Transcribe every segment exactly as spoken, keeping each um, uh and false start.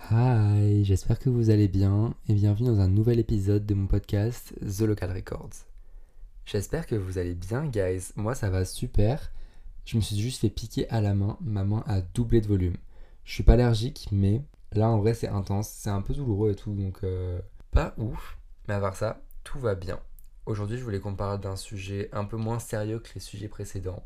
Hi, j'espère que vous allez bien et bienvenue dans un nouvel épisode de mon podcast The Local Records. J'espère que vous allez bien, guys. Moi, ça va super. Je me suis juste fait piquer à la main. Ma main a doublé de volume. Je suis pas allergique, mais là, en vrai, c'est intense. C'est un peu douloureux et tout, donc euh, pas ouf. Mais à part ça, tout va bien. Aujourd'hui, je voulais qu'on parle d'un sujet un peu moins sérieux que les sujets précédents.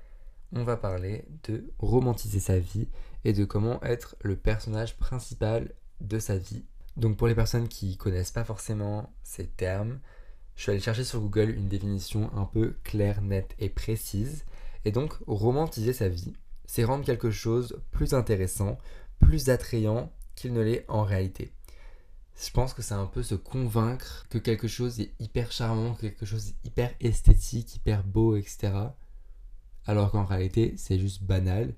On va parler de romantiser sa vie et de comment être le personnage principal de sa vie. Donc pour les personnes qui connaissent pas forcément ces termes, je suis allé chercher sur Google une définition un peu claire, nette et précise. Et donc romantiser sa vie, c'est rendre quelque chose plus intéressant, plus attrayant qu'il ne l'est en réalité. Je pense que c'est un peu se convaincre que quelque chose est hyper charmant, que quelque chose est hyper esthétique, hyper beau, et cetera. Alors qu'en réalité, c'est juste banal,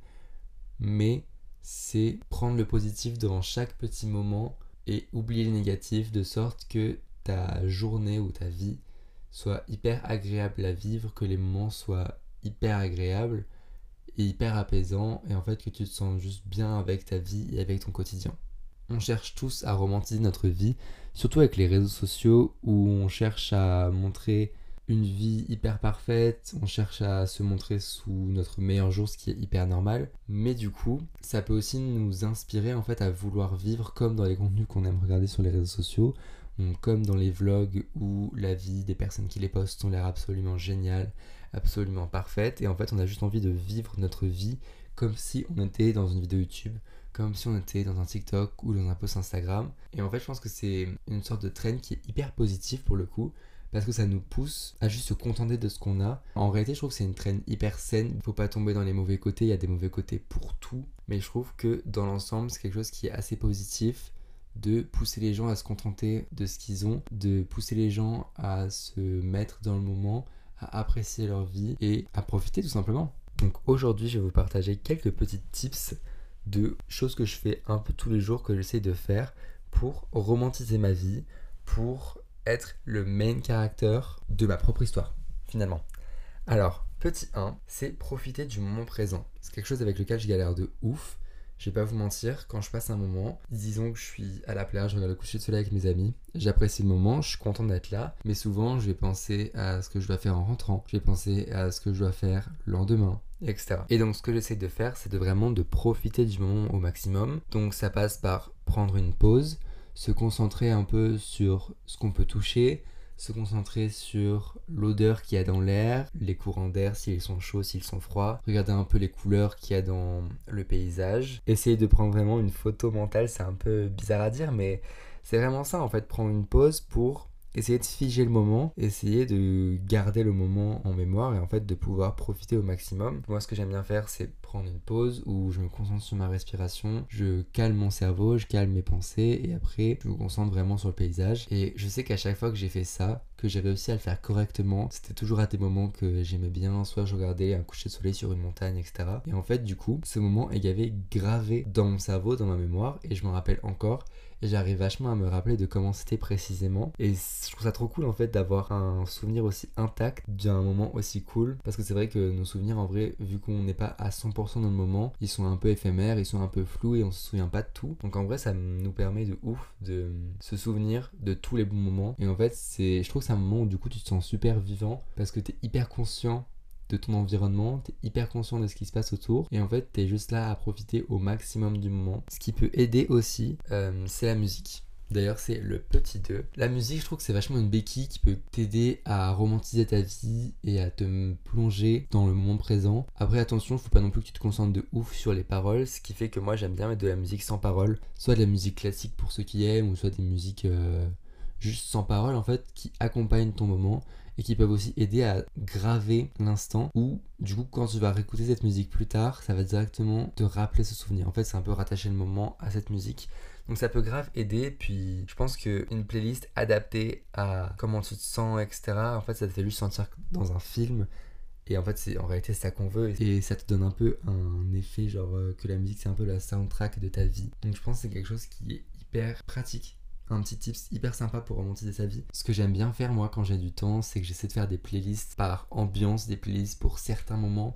mais c'est prendre le positif devant chaque petit moment et oublier le négatif de sorte que ta journée ou ta vie soit hyper agréable à vivre, que les moments soient hyper agréables et hyper apaisants et en fait que tu te sens juste bien avec ta vie et avec ton quotidien. On cherche tous à romantiser notre vie, surtout avec les réseaux sociaux où on cherche à montrer une vie hyper parfaite, on cherche à se montrer sous notre meilleur jour, ce qui est hyper normal. Mais du coup, ça peut aussi nous inspirer en fait à vouloir vivre comme dans les contenus qu'on aime regarder sur les réseaux sociaux, donc comme dans les vlogs où la vie des personnes qui les postent ont l'air absolument géniale, absolument parfaite. Et en fait, on a juste envie de vivre notre vie comme si on était dans une vidéo YouTube, comme si on était dans un TikTok ou dans un post Instagram. Et en fait, je pense que c'est une sorte de trend qui est hyper positif pour le coup, parce que ça nous pousse à juste se contenter de ce qu'on a. En réalité, je trouve que c'est une trend hyper saine. Faut pas tomber dans les mauvais côtés, il y a des mauvais côtés pour tout. Mais je trouve que dans l'ensemble, c'est quelque chose qui est assez positif de pousser les gens à se contenter de ce qu'ils ont, de pousser les gens à se mettre dans le moment, à apprécier leur vie et à profiter tout simplement. Donc aujourd'hui, je vais vous partager quelques petits tips de choses que je fais un peu tous les jours, que j'essaie de faire pour romantiser ma vie, pour être le main character de ma propre histoire, finalement. Alors, petit un, c'est profiter du moment présent. C'est quelque chose avec lequel je galère de ouf. Je vais pas vous mentir, quand je passe un moment, disons que je suis à la plage, je regarde le coucher de soleil avec mes amis, j'apprécie le moment, je suis content d'être là, mais souvent je vais penser à ce que je dois faire en rentrant, je vais penser à ce que je dois faire le lendemain, et cetera. Et donc ce que j'essaie de faire, c'est de vraiment de profiter du moment au maximum. Donc ça passe par prendre une pause, se concentrer un peu sur ce qu'on peut toucher, se concentrer sur l'odeur qu'il y a dans l'air, les courants d'air, s'ils sont chauds, s'ils sont froids, regarder un peu les couleurs qu'il y a dans le paysage, essayer de prendre vraiment une photo mentale, c'est un peu bizarre à dire, mais c'est vraiment ça en fait, prendre une pause pour essayer de figer le moment, essayer de garder le moment en mémoire et en fait de pouvoir profiter au maximum. Moi, ce que j'aime bien faire, c'est prendre une pause où je me concentre sur ma respiration, je calme mon cerveau, je calme mes pensées et après je me concentre vraiment sur le paysage. Et je sais qu'à chaque fois que j'ai fait ça, que j'ai réussi à le faire correctement, c'était toujours à des moments que j'aimais bien, soit je regardais un coucher de soleil sur une montagne, et cetera. Et en fait, du coup, ce moment est gavé gravé dans mon cerveau, dans ma mémoire et je m'en rappelle encore. Et j'arrive vachement à me rappeler de comment c'était précisément. Et je trouve ça trop cool en fait d'avoir un souvenir aussi intact d'un moment aussi cool. Parce que c'est vrai que nos souvenirs en vrai, vu qu'on n'est pas à cent pour cent dans le moment, ils sont un peu éphémères, ils sont un peu flous et on se souvient pas de tout. Donc en vrai ça nous permet de ouf de se souvenir de tous les bons moments. Et en fait c'est, je trouve que c'est un moment où du coup tu te sens super vivant parce que t'es hyper conscient de ton environnement, t'es hyper conscient de ce qui se passe autour et en fait t'es juste là à profiter au maximum du moment. Ce qui peut aider aussi, euh, c'est la musique. D'ailleurs c'est le petit deux. La musique, je trouve que c'est vachement une béquille qui peut t'aider à romantiser ta vie et à te plonger dans le moment présent. Après attention, faut pas non plus que tu te concentres de ouf sur les paroles, ce qui fait que moi j'aime bien mettre de la musique sans paroles, soit de la musique classique pour ceux qui aiment ou soit des musiques euh, juste sans paroles en fait qui accompagnent ton moment et qui peuvent aussi aider à graver l'instant où du coup quand tu vas réécouter cette musique plus tard, ça va directement te rappeler ce souvenir. En fait c'est un peu rattacher le moment à cette musique. Donc ça peut grave aider, puis je pense qu'une playlist adaptée à comment tu te sens, et cetera. En fait ça te fait juste sentir dans un film. Et en fait c'est en réalité c'est ça qu'on veut et ça te donne un peu un effet genre euh, que la musique c'est un peu la soundtrack de ta vie. Donc je pense que c'est quelque chose qui est hyper pratique. Un petit tips hyper sympa pour romantiser sa vie. Ce que j'aime bien faire moi quand j'ai du temps, c'est que j'essaie de faire des playlists par ambiance, des playlists pour certains moments.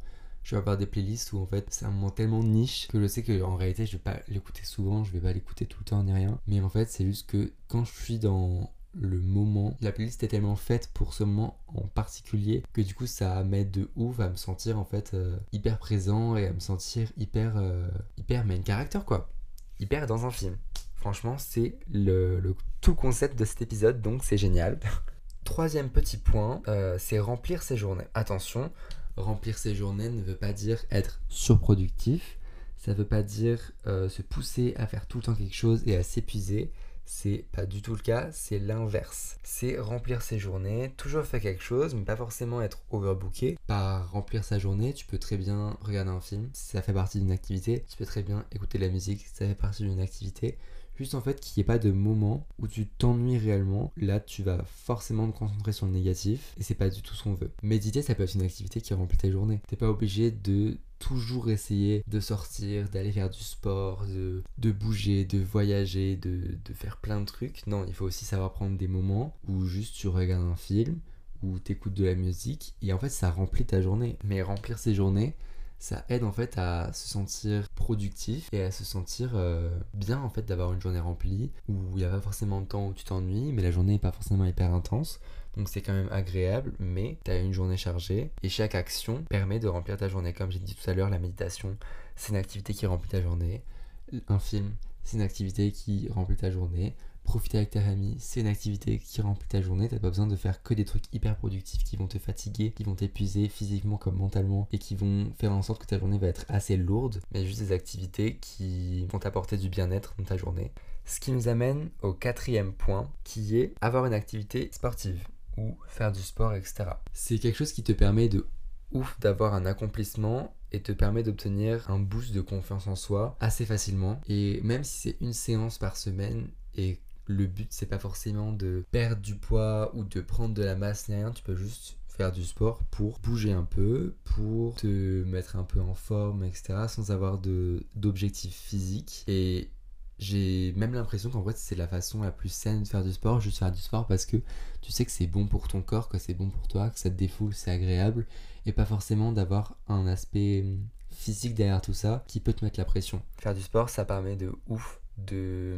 je vais avoir des playlists où en fait c'est un moment tellement niche que je sais que en réalité je vais pas l'écouter souvent, je vais pas l'écouter tout le temps ni rien. Mais en fait c'est juste que quand je suis dans le moment, la playlist est tellement faite pour ce moment en particulier que du coup ça m'aide de ouf à me sentir en fait euh, hyper présent et à me sentir hyper euh, hyper main character quoi, hyper dans un film. Franchement c'est le, le tout le concept de cet épisode, donc c'est génial. Troisième petit point, euh, c'est remplir ses journées. Attention, remplir ses journées ne veut pas dire être surproductif, ça veut pas dire euh, se pousser à faire tout le temps quelque chose et à s'épuiser. C'est pas du tout le cas, c'est l'inverse. C'est remplir ses journées, toujours faire quelque chose, mais pas forcément être overbooké. Par remplir sa journée, tu peux très bien regarder un film, ça fait partie d'une activité. Tu peux très bien écouter de la musique, ça fait partie d'une activité. Juste en fait qu'il n'y ait pas de moment où tu t'ennuies réellement. Là tu vas forcément te concentrer sur le négatif et c'est pas du tout ce qu'on veut. Méditer ça peut être une activité qui remplit ta journée. T'es pas obligé de toujours essayer de sortir, d'aller faire du sport, de, de bouger, de voyager, de, de faire plein de trucs. Non, il faut aussi savoir prendre des moments où juste tu regardes un film, où t'écoutes de la musique et en fait ça remplit ta journée. Mais remplir ses journées, ça aide en fait à se sentir productif et à se sentir euh, bien en fait d'avoir une journée remplie où il n'y a pas forcément de temps où tu t'ennuies mais la journée n'est pas forcément hyper intense, donc c'est quand même agréable, mais tu as une journée chargée et chaque action permet de remplir ta journée. Comme j'ai dit tout à l'heure, la méditation c'est une activité qui remplit ta journée, un film c'est une activité qui remplit ta journée, profiter avec ta famille, c'est une activité qui remplit ta journée. T'as pas besoin de faire que des trucs hyper productifs qui vont te fatiguer, qui vont t'épuiser physiquement comme mentalement et qui vont faire en sorte que ta journée va être assez lourde, mais juste des activités qui vont t'apporter du bien-être dans ta journée. Ce qui nous amène au quatrième point, qui est avoir une activité sportive ou faire du sport, et cetera. C'est quelque chose qui te permet de ouf d'avoir un accomplissement et te permet d'obtenir un boost de confiance en soi assez facilement. Et même si c'est une séance par semaine et le but c'est pas forcément de perdre du poids ou de prendre de la masse ni rien, tu peux juste faire du sport pour bouger un peu, pour te mettre un peu en forme, et cetera sans avoir de, d'objectif physique. Et j'ai même l'impression qu'en fait c'est la façon la plus saine de faire du sport, juste faire du sport parce que tu sais que c'est bon pour ton corps, que c'est bon pour toi, que ça te défoule, c'est agréable et pas forcément d'avoir un aspect physique derrière tout ça qui peut te mettre la pression. Faire du sport ça permet de ouf de...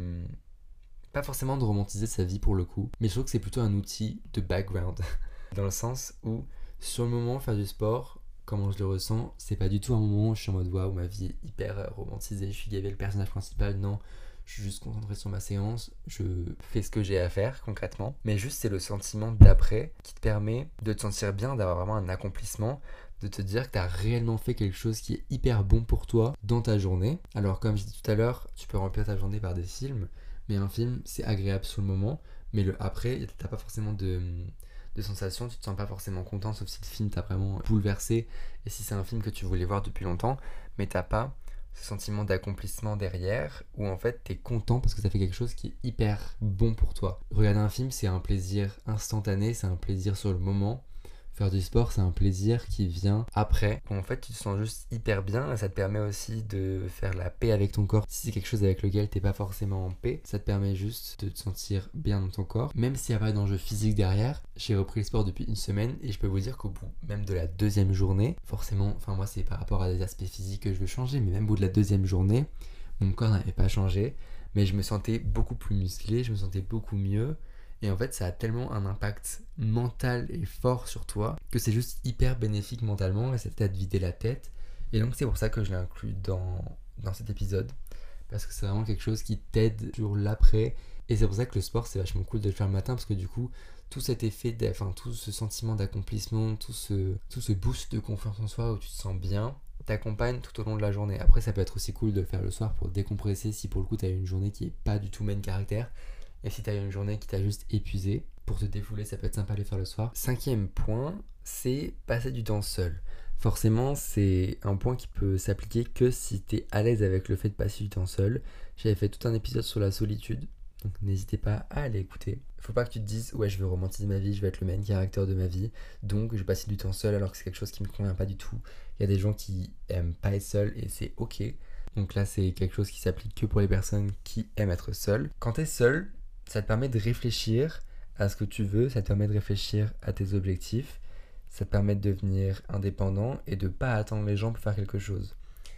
pas forcément de romantiser sa vie pour le coup, mais je trouve que c'est plutôt un outil de background dans le sens où sur le moment faire du sport, comment je le ressens, c'est pas du tout un moment où je suis en mode waouh ma vie est hyper romantisée, je suis gavé le personnage principal, non, je suis juste concentré sur ma séance, je fais ce que j'ai à faire concrètement, mais juste c'est le sentiment d'après qui te permet de te sentir bien, d'avoir vraiment un accomplissement, de te dire que tu as réellement fait quelque chose qui est hyper bon pour toi dans ta journée. Alors comme je dis tout à l'heure, tu peux remplir ta journée par des films, mais un film c'est agréable sur le moment, mais le après t'as pas forcément de, de sensation, tu te sens pas forcément content sauf si le film t'a vraiment bouleversé et si c'est un film que tu voulais voir depuis longtemps, mais t'as pas ce sentiment d'accomplissement derrière où en fait t'es content parce que t'as fait quelque chose qui est hyper bon pour toi. Regarder un film c'est un plaisir instantané, c'est un plaisir sur le moment. Faire du sport, c'est un plaisir qui vient après, où en fait tu te sens juste hyper bien et ça te permet aussi de faire la paix avec ton corps. Si c'est quelque chose avec lequel t'es pas forcément en paix, ça te permet juste de te sentir bien dans ton corps. Même s'il n'y a pas d'enjeu physique derrière, j'ai repris le sport depuis une semaine et je peux vous dire qu'au bout même de la deuxième journée, forcément, enfin moi c'est par rapport à des aspects physiques que je veux changer, mais même au bout de la deuxième journée, mon corps n'avait pas changé, mais je me sentais beaucoup plus musclé, je me sentais beaucoup mieux. Et en fait, ça a tellement un impact mental et fort sur toi que c'est juste hyper bénéfique mentalement et ça t'aide à te vider la tête. Et donc, c'est pour ça que je l'ai inclus dans, dans cet épisode. Parce que c'est vraiment quelque chose qui t'aide sur l'après. Et c'est pour ça que le sport, c'est vachement cool de le faire le matin. Parce que du coup, tout cet effet, enfin, tout ce sentiment d'accomplissement, tout ce, tout ce boost de confiance en soi où tu te sens bien, t'accompagne tout au long de la journée. Après, ça peut être aussi cool de le faire le soir pour décompresser si pour le coup, t'as une journée qui est pas du tout main caractère. Et si t'as une journée qui t'a juste épuisé, pour te défouler, ça peut être sympa de le faire le soir. Cinquième point, c'est passer du temps seul. Forcément, c'est un point qui peut s'appliquer que si t'es à l'aise avec le fait de passer du temps seul. J'avais fait tout un épisode sur la solitude, donc n'hésitez pas à aller écouter. Faut pas que tu te dises, ouais, je veux romantiser ma vie, je vais être le main caractère de ma vie, donc je vais passer du temps seul alors que c'est quelque chose qui me convient pas du tout. Il y a des gens qui aiment pas être seuls et c'est ok. Donc là, c'est quelque chose qui s'applique que pour les personnes qui aiment être seules. Quand t'es seul, ça te permet de réfléchir à ce que tu veux, ça te permet de réfléchir à tes objectifs, ça te permet de devenir indépendant et de pas attendre les gens pour faire quelque chose.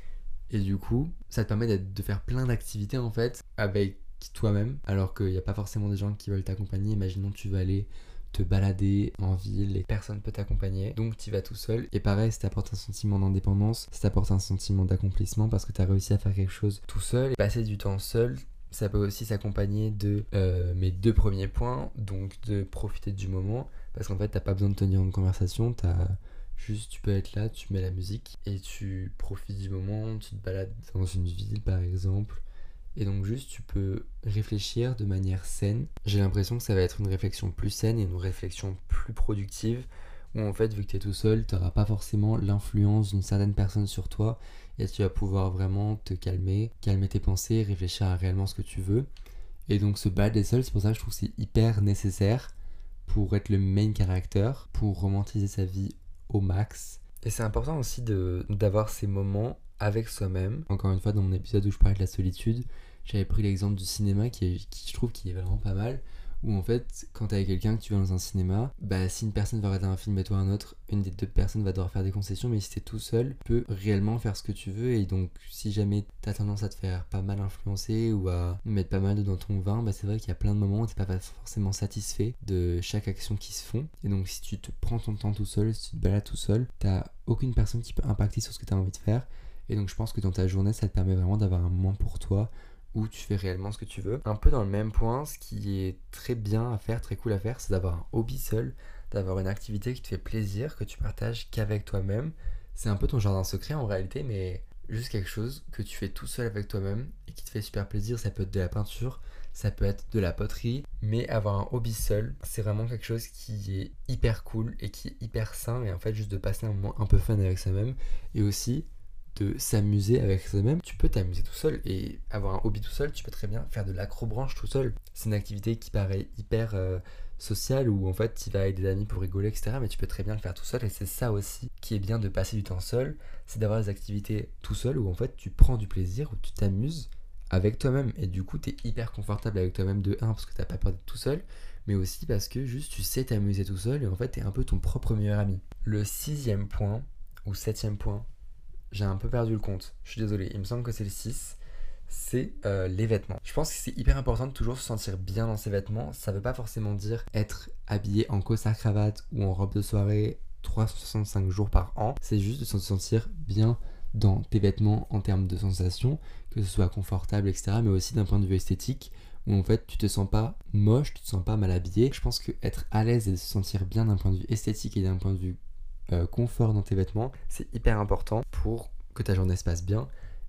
Et du coup, ça te permet d'être, de faire plein d'activités en fait avec toi-même, alors qu'il n'y a pas forcément des gens qui veulent t'accompagner. Imaginons tu vas aller te balader en ville et personne peut t'accompagner, donc tu vas tout seul. Et pareil, ça t'apporte un sentiment d'indépendance, ça t'apporte un sentiment d'accomplissement parce que tu as réussi à faire quelque chose tout seul. Et passer du temps seul, ça peut aussi s'accompagner de euh, mes deux premiers points, donc de profiter du moment, parce qu'en fait t'as pas besoin de tenir une conversation, t'as juste, tu peux être là, tu mets la musique et tu profites du moment, tu te balades dans une ville par exemple. Et donc juste tu peux réfléchir de manière saine. J'ai l'impression que ça va être une réflexion plus saine et une réflexion plus productive, où en fait vu que tu es tout seul, tu n'auras pas forcément l'influence d'une certaine personne sur toi et tu vas pouvoir vraiment te calmer, calmer tes pensées, réfléchir à réellement ce que tu veux. Et donc se balader seul, c'est pour ça que je trouve que c'est hyper nécessaire pour être le main character, pour romantiser sa vie au max. Et c'est important aussi de, d'avoir ces moments avec soi-même. Encore une fois, dans mon épisode où je parlais de la solitude, j'avais pris l'exemple du cinéma qui, est, qui je trouve qui est vraiment pas mal, où en fait, quand t'es avec quelqu'un, que tu vas dans un cinéma, bah si une personne va regarder un film et toi un autre, une des deux personnes va devoir faire des concessions, mais si t'es tout seul, tu peux réellement faire ce que tu veux. Et donc si jamais t'as tendance à te faire pas mal influencer ou à mettre pas mal dans ton vin, bah c'est vrai qu'il y a plein de moments où t'es pas forcément satisfait de chaque action qui se font. Et donc si tu te prends ton temps tout seul, si tu te balades tout seul, t'as aucune personne qui peut impacter sur ce que t'as envie de faire. Et donc je pense que dans ta journée, ça te permet vraiment d'avoir un moment pour toi où tu fais réellement ce que tu veux. Un peu dans le même point, ce qui est très bien à faire, très cool à faire, c'est d'avoir un hobby seul, d'avoir une activité qui te fait plaisir, que tu partages qu'avec toi-même. C'est un peu ton jardin secret en réalité, mais juste quelque chose que tu fais tout seul avec toi-même et qui te fait super plaisir. Ça peut être de la peinture, ça peut être de la poterie, mais avoir un hobby seul, c'est vraiment quelque chose qui est hyper cool et qui est hyper sain. Et en fait, juste de passer un moment un peu fun avec soi-même et aussi de s'amuser avec soi-même. Tu peux t'amuser tout seul et avoir un hobby tout seul. Tu peux très bien faire de l'acrobranche tout seul. C'est une activité qui paraît hyper euh, sociale, où en fait tu vas avec des amis pour rigoler, etc. Mais tu peux très bien le faire tout seul. Et c'est ça aussi qui est bien de passer du temps seul, c'est d'avoir des activités tout seul où en fait tu prends du plaisir, où tu t'amuses avec toi-même. Et du coup t'es hyper confortable avec toi-même, de un parce que t'as pas peur d'être tout seul, mais aussi parce que juste tu sais t'amuser tout seul et en fait t'es un peu ton propre meilleur ami. Le sixième point ou septième point, j'ai un peu perdu le compte, je suis désolé, il me semble que c'est le six, c'est euh, les vêtements. Je pense que c'est hyper important de toujours se sentir bien dans ses vêtements. Ça veut pas forcément dire être habillé en costard cravate ou en robe de soirée trois cent soixante-cinq jours par an. C'est juste de se sentir bien dans tes vêtements en termes de sensations, que ce soit confortable, et cetera. Mais aussi d'un point de vue esthétique, où en fait tu te sens pas moche, tu te sens pas mal habillé. Je pense que être à l'aise et se sentir bien d'un point de vue esthétique et d'un point de vue Euh, confort dans tes vêtements, c'est hyper important pour que ta journée se passe bien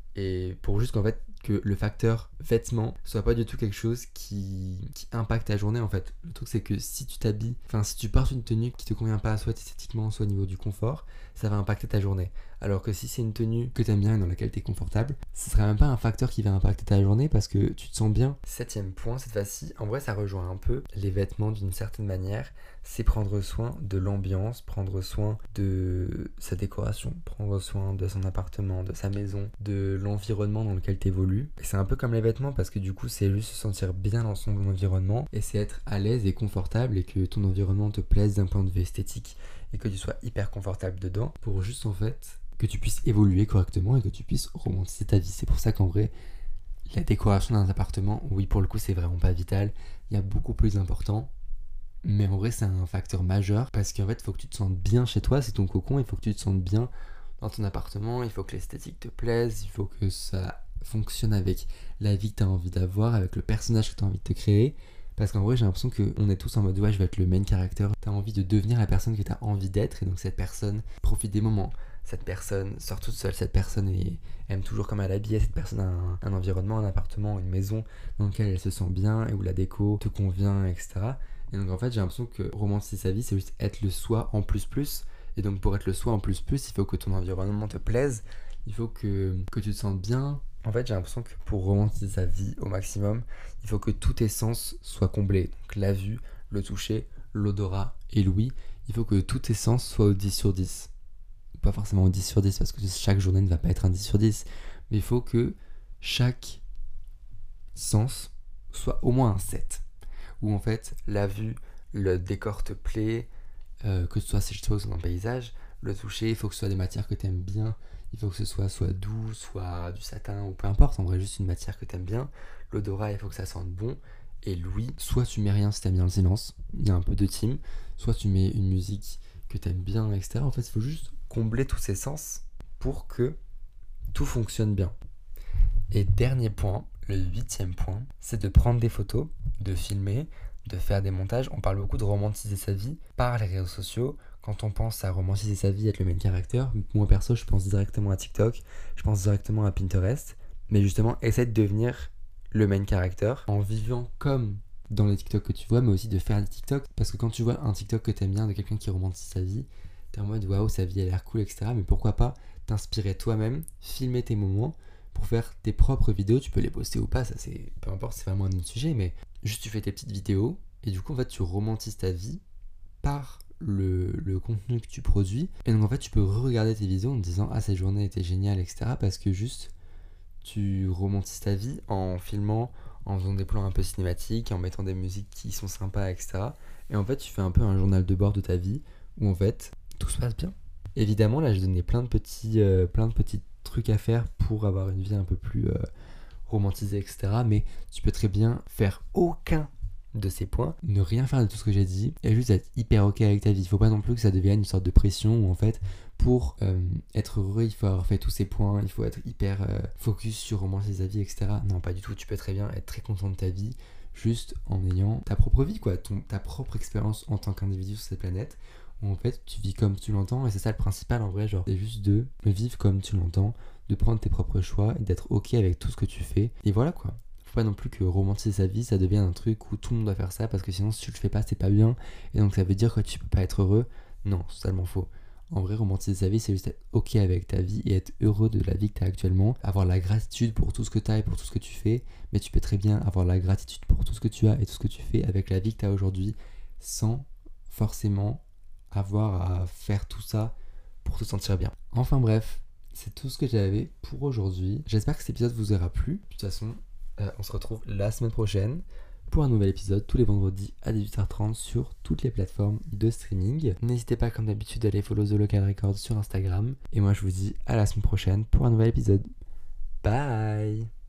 et pour juste qu'en fait que le facteur vêtements soit pas du tout quelque chose qui, qui impacte ta journée en fait. Le truc c'est que si tu t'habilles, enfin si tu portes une tenue qui te convient pas soit esthétiquement soit au niveau du confort, ça va impacter ta journée. Alors que si c'est une tenue que t'aimes bien et dans laquelle t'es confortable, ce sera même pas un facteur qui va impacter ta journée parce que tu te sens bien. Septième point cette fois-ci, en vrai ça rejoint un peu les vêtements d'une certaine manière, c'est prendre soin de l'ambiance, prendre soin de sa décoration, prendre soin de son appartement, de sa maison, de l'environnement dans lequel t'évolues. Et c'est un peu comme les vêtements parce que du coup c'est juste se sentir bien dans son environnement et c'est être à l'aise et confortable et que ton environnement te plaise d'un point de vue esthétique et que tu sois hyper confortable dedans pour juste en fait que tu puisses évoluer correctement et que tu puisses romantiser ta vie. C'est pour ça qu'en vrai, la décoration d'un appartement, oui pour le coup c'est vraiment pas vital, il y a beaucoup plus important. Mais en vrai c'est un facteur majeur parce qu'en fait il faut que tu te sentes bien chez toi, c'est ton cocon, il faut que tu te sentes bien dans ton appartement, il faut que l'esthétique te plaise, il faut que ça fonctionne avec la vie que tu as envie d'avoir, avec le personnage que tu as envie de te créer. Parce qu'en vrai j'ai l'impression qu'on est tous en mode ouais je vais être le main character, tu as envie de devenir la personne que tu as envie d'être et donc cette personne profite des moments, cette personne sort toute seule, cette personne est, aime toujours comme elle est habillée, cette personne a un, un environnement, un appartement, une maison dans lequel elle se sent bien et où la déco te convient, et cetera. Et donc en fait j'ai l'impression que romantiser sa vie c'est juste être le soi en plus plus. Et donc pour être le soi en plus plus, il faut que ton environnement te plaise, il faut que, que tu te sentes bien. En fait j'ai l'impression que pour romantiser sa vie au maximum, il faut que tous tes sens soient comblés. Donc la vue, le toucher, l'odorat et l'ouïe, il faut que tous tes sens soient au dix sur dix. Pas forcément au dix sur dix parce que chaque journée ne va pas être un dix sur dix, mais il faut que chaque sens soit au moins un sept. Où en fait la vue, le décor te plaît, euh, que ce soit ces choses dans le paysage, le toucher, il faut que ce soit des matières que tu aimes bien, il faut que ce soit soit doux, soit du satin ou peu importe, en vrai juste une matière que tu aimes bien. L'odorat, il faut que ça sente bon. Et l'ouïe, soit tu mets rien si t'aimes bien le silence, il y a un peu de team, soit tu mets une musique que t'aimes bien, et cetera. En fait, il faut juste combler tous ces sens pour que tout fonctionne bien. Et dernier point, le huitième point, c'est de prendre des photos, de filmer, de faire des montages. On parle beaucoup de romantiser sa vie par les réseaux sociaux. Quand on pense à romantiser sa vie, être le main character, moi perso, je pense directement à TikTok, je pense directement à Pinterest. Mais justement, essaie de devenir le main character en vivant comme dans les TikTok que tu vois, mais aussi de faire des TikTok. Parce que quand tu vois un TikTok que t'aimes bien de quelqu'un qui romantise sa vie, t'es en mode waouh, sa vie a l'air cool, et cetera. Mais pourquoi pas t'inspirer toi-même, filmer tes moments pour faire tes propres vidéos. Tu peux les poster ou pas, ça c'est peu importe, c'est vraiment un autre sujet, mais juste tu fais tes petites vidéos et du coup en fait tu romantises ta vie par le, le contenu que tu produis. Et donc en fait tu peux re-regarder tes vidéos en te disant ah cette journée était géniale, et cetera. Parce que juste tu romantises ta vie en filmant, en faisant des plans un peu cinématiques, en mettant des musiques qui sont sympas, et cetera. Et en fait tu fais un peu un journal de bord de ta vie où en fait tout se passe bien. Évidemment là j'ai donné plein de petits, euh, plein de petits trucs à faire pour avoir une vie un peu plus euh, romantisée, et cetera. Mais tu peux très bien faire aucun de ces points, ne rien faire de tout ce que j'ai dit et juste être hyper ok avec ta vie. Il faut pas non plus que ça devienne une sorte de pression où en fait pour euh, être heureux il faut avoir fait tous ces points, il faut être hyper euh, focus sur romantiser sa vie, et cetera. Non, pas du tout, tu peux très bien être très content de ta vie juste en ayant ta propre vie, quoi, ton, ta propre expérience en tant qu'individu sur cette planète où en fait tu vis comme tu l'entends. Et c'est ça le principal en vrai, genre c'est juste de vivre comme tu l'entends, de prendre tes propres choix et d'être ok avec tout ce que tu fais. Et voilà quoi. Faut pas non plus que romantiser sa vie ça devienne un truc où tout le monde doit faire ça, parce que sinon si tu le fais pas c'est pas bien et donc ça veut dire que tu peux pas être heureux. Non, c'est totalement faux. En vrai, romantiser sa vie, c'est juste être ok avec ta vie et être heureux de la vie que tu as actuellement, avoir la gratitude pour tout ce que tu as et pour tout ce que tu fais. Mais tu peux très bien avoir la gratitude pour tout ce que tu as et tout ce que tu fais avec la vie que tu as aujourd'hui, sans forcément avoir à faire tout ça pour te sentir bien. Enfin bref, c'est tout ce que j'avais pour aujourd'hui. J'espère que cet épisode vous aura plu. De toute façon, euh, on se retrouve la semaine prochaine pour un nouvel épisode tous les vendredis à dix-huit heures trente sur toutes les plateformes de streaming. N'hésitez pas comme d'habitude d'aller follow The Local Records sur Instagram. Et moi je vous dis à la semaine prochaine pour un nouvel épisode. Bye!